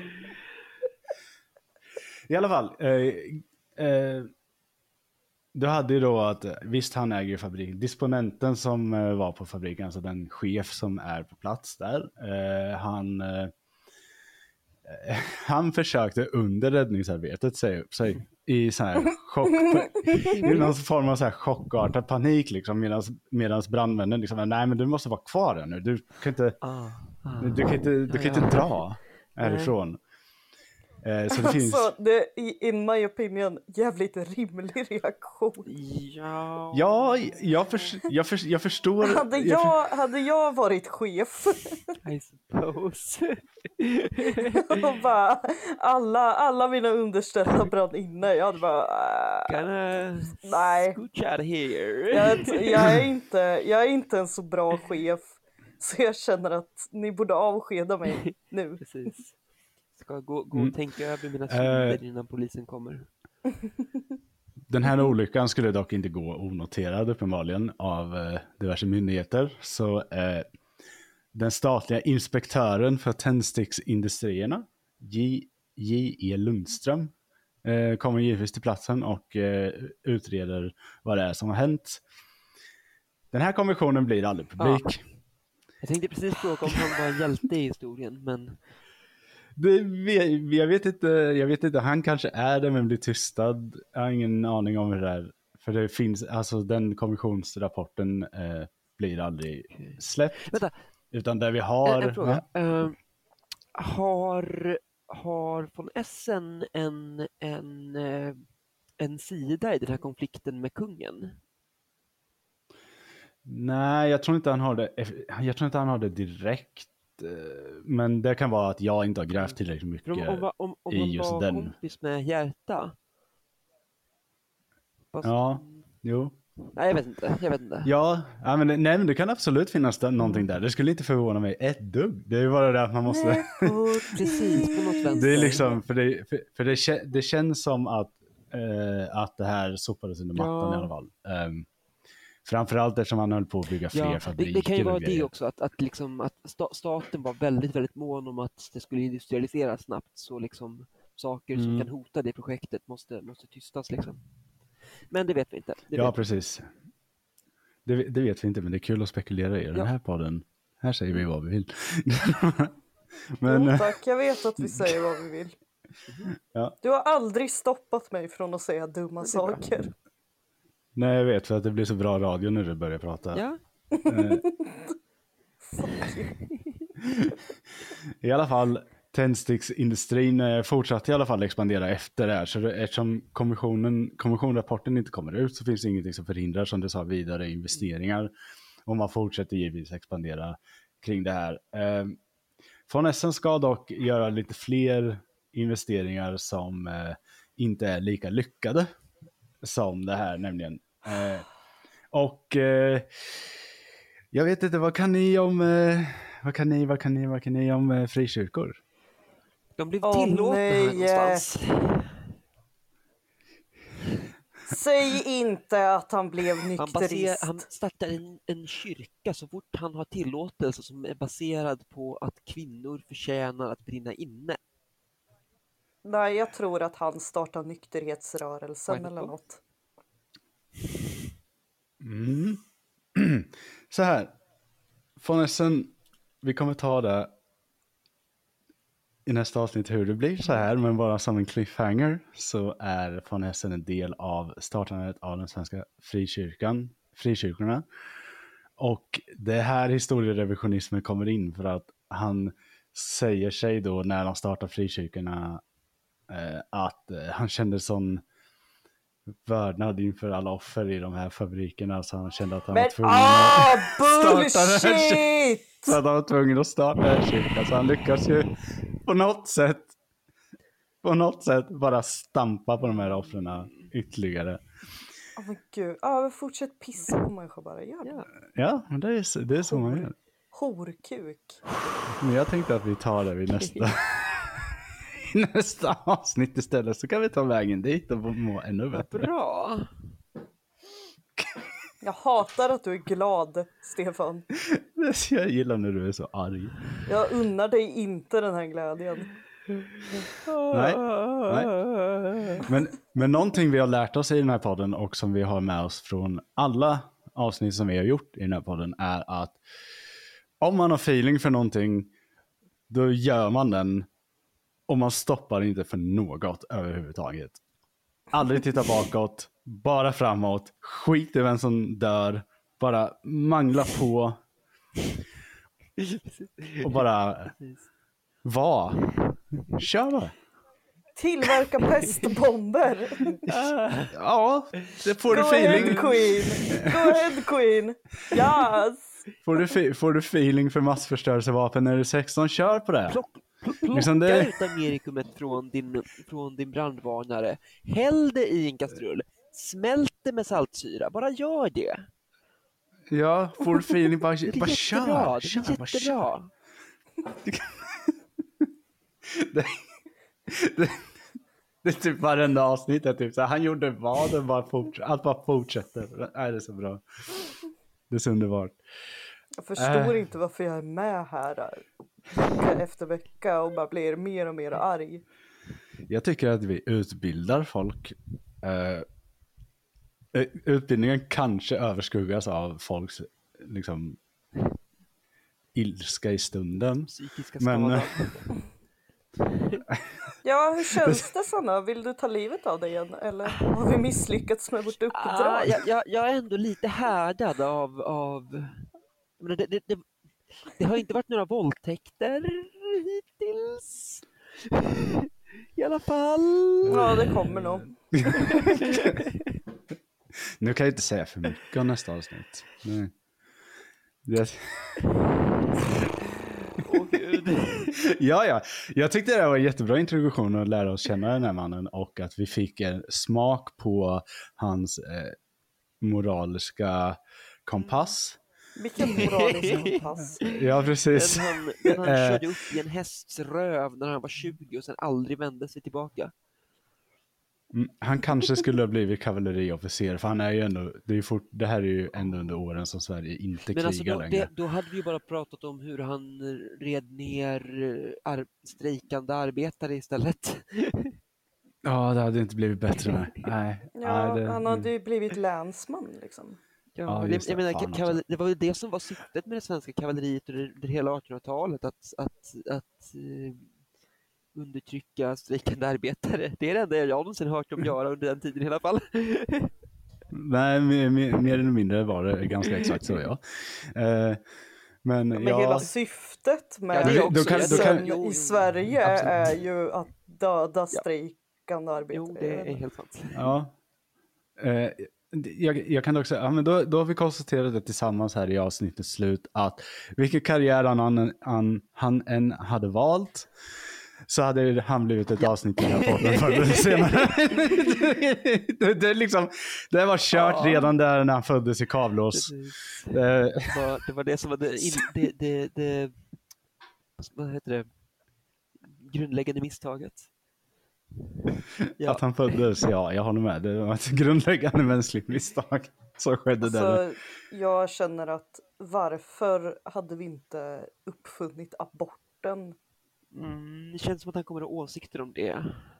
I alla fall. Eh, eh, du hade ju då att, visst han äger fabriken. Disponenten som eh, var på fabriken, alltså den chef som är på plats där. Eh, han... Eh, han försökte under räddningsarbetet säga upp sig i så här chock, i någon form av så här chockartad panik liksom, medans brandmännen liksom, nej men du måste vara kvar där nu, du kan inte ah, ah, du kan inte, du kan inte dra härifrån. Eh, så det finns... Alltså, det är in my opinion jävligt rimlig reaktion. Ja, ja jag, för, jag, för, jag förstår. Hade jag, jag för... hade jag varit chef I suppose. Och bara, alla, alla mina underställda brann inne. Jag hade bara äh, nej. Scooch out here. jag, jag, är inte, jag är inte en så bra chef, så jag känner att ni borde avskeda mig nu. Precis. Ska gå, gå Mm. och tänka över mina synder Eh. innan polisen kommer. Den här olyckan skulle dock inte gå onoterad uppenbarligen av eh, diverse myndigheter. Så eh, den statliga inspektören för tändsticksindustrierna, J. J E Lundström, eh, kommer givetvis till platsen och eh, utreder vad det är som har hänt. Den här kommissionen blir aldrig publik. Ja. Jag tänkte precis fråga om han var en hjälte i historien, men... Det, jag, vet inte, jag vet inte, han kanske är det men blir tystad. Jag har ingen aning om hur det är. För det finns, alltså den kommissionsrapporten eh, blir aldrig släppt. Vänta. Utan där vi har... En, en fråga. Uh, har, har von Essen en, en, uh, en sida i den här konflikten med kungen? Nej, jag tror inte han har det. Jag tror inte han har det direkt. Men det kan vara att jag inte har grävt tillräckligt mycket om, om, om, om i just var den. kompis med Hjärta. Fast, Ja, jo. Nej, jag vet inte. Jag vet inte. Ja, ja men, det, nej, men det kan absolut finnas där, någonting där. Det skulle inte förvåna mig ett dugg. Det är bara det att man måste... Nej, Precis, på något vänster. Det är liksom, för det, för, för det, det känns som att, eh, att det här sopades under mattan Ja. i alla fall. Um, framförallt eftersom han höll på att bygga fler Ja, fabriker. det, det kan ju och vara grejer. det också, att, att, liksom, att sta, staten var väldigt, väldigt mån om att det skulle industrialiseras snabbt, så liksom saker som Mm. kan hota det projektet måste, måste tystas liksom. Men det vet vi inte. Det Ja, vet precis. Det, det vet vi inte, men det är kul att spekulera i den Ja. här podden. Här säger vi vad vi vill. men, Jo, tack, jag vet att vi säger vad vi vill. Ja. Du har aldrig stoppat mig från att säga dumma saker. Nej, jag vet, för att det blir så bra radio när du börjar prata. Ja. Eh, Fuck you. I alla fall, tändsticksindustrin eh, fortsatte i alla fall expandera efter det här. Så det, eftersom kommissionen, kommissionrapporten inte kommer ut så finns det ingenting som förhindrar, som du sa, vidare investeringar. Och man fortsätter givetvis expandera kring det här. Eh, von Essen ska dock göra lite fler investeringar som eh, inte är lika lyckade som det här nämligen. Eh, och eh, jag vet inte, vad kan ni om eh, vad kan ni, vad kan ni, vad kan ni om eh, frikyrkor? De blev Åh, tillåtna nej. här någonstans. Säg inte att han blev Han, baser, nykterist. han startar en, en kyrka så fort han har tillåtelse som är baserad på att kvinnor förtjänar att brinna inne. Nej, jag tror att han startar nykterhetsrörelsen Why not? eller något. Mm. Så här. Von Essen, vi kommer ta det i nästa avsnitt hur det blir så här, men bara som en cliffhanger så är von Essen en del av startandet av den svenska frikyrkan, frikyrkorna. Och det här historierevisionismen kommer in för att han säger sig då när de startar frikyrkorna eh, att eh, han kände sån vördnad inför alla offer i de här fabrikerna, så han kände att han Men var tvungen ah, att starta den här kyrkan. bullshit! Så att han var tvungen att starta en kyrka. Så han lyckas ju på något sätt på något sätt bara stampa på de här offren ytterligare. Åh men gud, ah, fortsätt pissa på människor bara. Gör det. Ja. Ja, men det är, det är så man gör. Horkuk. Men jag tänkte att vi tar det vid nästa i nästa avsnitt istället, så kan vi ta vägen dit och må ännu bättre. Bra. Jag hatar att du är glad, Stefan. Jag gillar när du är så arg. Jag unnar dig inte den här glädjen. Nej, nej. Men, men någonting vi har lärt oss i den här podden och som vi har med oss från alla avsnitt som vi har gjort i den här podden är att om man har feeling för någonting, då gör man den och man stoppar inte för något överhuvudtaget. Aldrig titta bakåt, bara framåt, skit i vem som dör, bara mangla på och bara var. Kör då. Tillverka pestbomber. Ja, det får du Go feeling. ahead queen. Go ahead queen. Yes. Får du, fe- får du feeling för massförstörelsevapen när du är sexton, kör på det. Plock, pl- plocka Liksom det- ut amerikumet från din, från din brandvarnare. Häll det i en kastrull. Smält det med saltsyra. Bara gör det. Ja, får du feeling, bara, Det är bara jättebra. kör. Det är kör, bara kör. jättebra. Det, det, det är typ varenda avsnitt är typ så här, han gjorde vad och bara fortsätter. Allt bara fortsätter. Nej, det är så bra. Det är så underbart. Jag förstår Äh. inte varför jag är med här vecka efter vecka och bara blir mer och mer arg. Jag tycker att vi utbildar folk. Uh, utbildningen kanske överskuggas av folks liksom ilska i stunden. Psykiska Men Ja, hur känns det, Sanna? Vill du ta livet av dig igen? Eller har vi misslyckats med vårt uppdrag? Ah, jag, jag, jag är ändå lite härdad av... av... Det, det, det, det har inte varit några våldtäkter hittills. I alla fall. Ja, det kommer nog. Nu kan jag inte säga för mycket om nästa avsnitt. Nej. Det... Åh gud. ja, ja. Jag tyckte det var en jättebra introduktion att lära oss känna den här mannen och att vi fick en smak på hans eh, moraliska kompass. Vilken moralisk kompass. Ja, precis. Den han, den han körde upp i en hästs röv när han var tjugo och sen aldrig vände sig tillbaka. Mm, han kanske skulle ha blivit kavalleriofficer, för han är ju ändå, det, är ju fort, det här är ju ändå under åren som Sverige inte Men krigar alltså då, längre. det, då hade vi ju bara pratat om hur han red ner ar- strejkande arbetare istället. Ja, det hade inte blivit bättre. Nej. nej, Ja, nej det, han hade ju blivit länsman liksom. Ja, Ja, det, just jag det. menar, Fan kavalleri, också. det var ju det som var syftet med det svenska kavalleriet under, under hela artonhundratalet, att, att, att uh, undertrycka strejkande arbetare. Det är det enda jag någonsin hört dem göra under den tiden i alla fall. Nej, mer, mer, mer eller mindre var det ganska exakt så, ja. Eh, men Men ja, hela syftet med Ja, det är också- då kan- då sen kan- jo, jo, i Sverige absolut. är ju att döda strejkande arbetare. Jo, det är helt sant. ja. Eh, jag, jag kan också, ja, men då, då har vi konstaterat det tillsammans här i avsnittets slut att vilken karriär han, han, han, han än hade valt så hade han blivit ett avsnitt i den här podden förr eller senare. det, det, är liksom, det var kört Ja. redan där när han föddes i Kavlås. Precis. Eh, Det var, det var det som var det, in, det, det, det vad heter det, grundläggande misstaget. Ja. Att han föddes, ja, jag håller med. Det var ett grundläggande mänskligt misstag som skedde där. Alltså, jag känner att varför hade vi inte uppfunnit aborten? Mm, det känns som att han kommer att ha åsikter om det.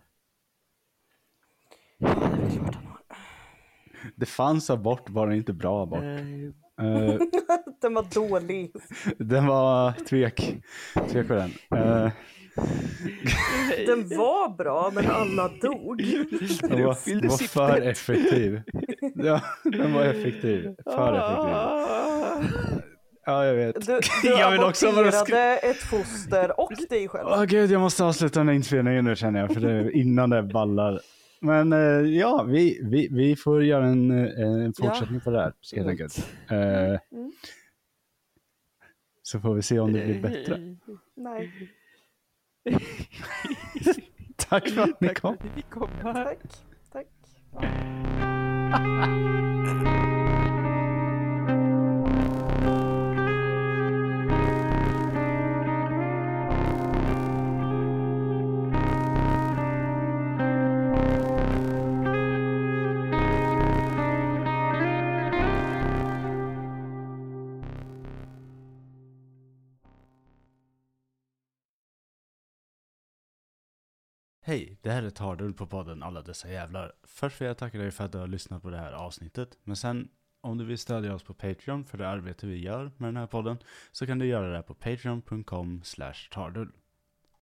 Ja, det är väl klart han har. Det fanns abort, var det inte bra abort. Eh, Eh, Den var dålig. den var tvek. Tvek på den. Eh, Den var bra, men alla dog. den var, uppfyllde var syftet. för effektiv. Ja, den var effektiv. För effektiv. Ja, jag vet. Du, du Jag vill också vara aborterade ett foster och dig själv. Åh gud, jag måste avsluta den här inspelningen nu känner jag, för det är innan det ballar. Men eh, ja, vi, vi, vi får göra en, en fortsättning på det här, helt enkelt. Eh, Mm. så får vi se om det blir bättre. Nej, Tack för att ni Tack kom. för att ni kom. tack. Tack. Hej, det här är Tardul på podden Alla dessa jävlar. Först vill jag tacka dig för att du har lyssnat på det här avsnittet. Men sen, om du vill stödja oss på Patreon för det arbete vi gör med den här podden, så kan du göra det på patreon punkt com slash tardul.